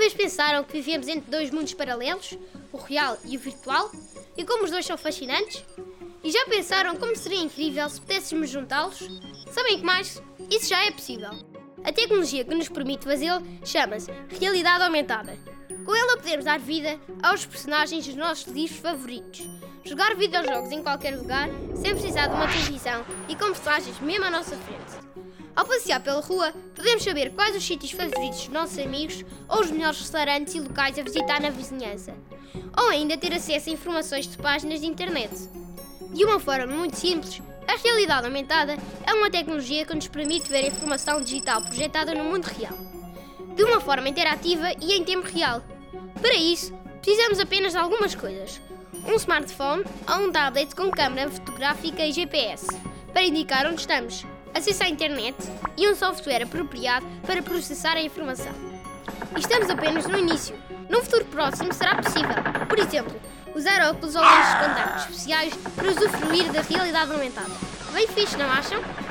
vez pensaram que vivemos entre dois mundos paralelos, o real e o virtual, e como os dois são fascinantes? E já pensaram como seria incrível se pudéssemos juntá-los? Sabem que mais? Isso já é possível. A tecnologia que nos permite fazê-lo chama-se realidade aumentada. Com ela podemos dar vida aos personagens dos nossos livros favoritos, jogar videojogos em qualquer lugar, sem precisar de uma televisão e com personagens mesmo à nossa frente. Ao passear pela rua, podemos saber quais os sítios favoritos dos nossos amigos ou os melhores restaurantes e locais a visitar na vizinhança. Ou ainda ter acesso a informações de páginas de internet. De uma forma muito simples, a realidade aumentada é uma tecnologia que nos permite ver a informação digital projetada no mundo real, de uma forma interativa e em tempo real. Para isso, precisamos apenas de algumas coisas: um smartphone ou um tablet com câmera fotográfica e GPS, para indicar onde estamos, acesso à internet e um software apropriado para processar a informação. E estamos apenas no início. Num futuro próximo será possível, por exemplo, usar óculos ou lentes de contacto especiais para usufruir da realidade aumentada. Bem fixe, não acham?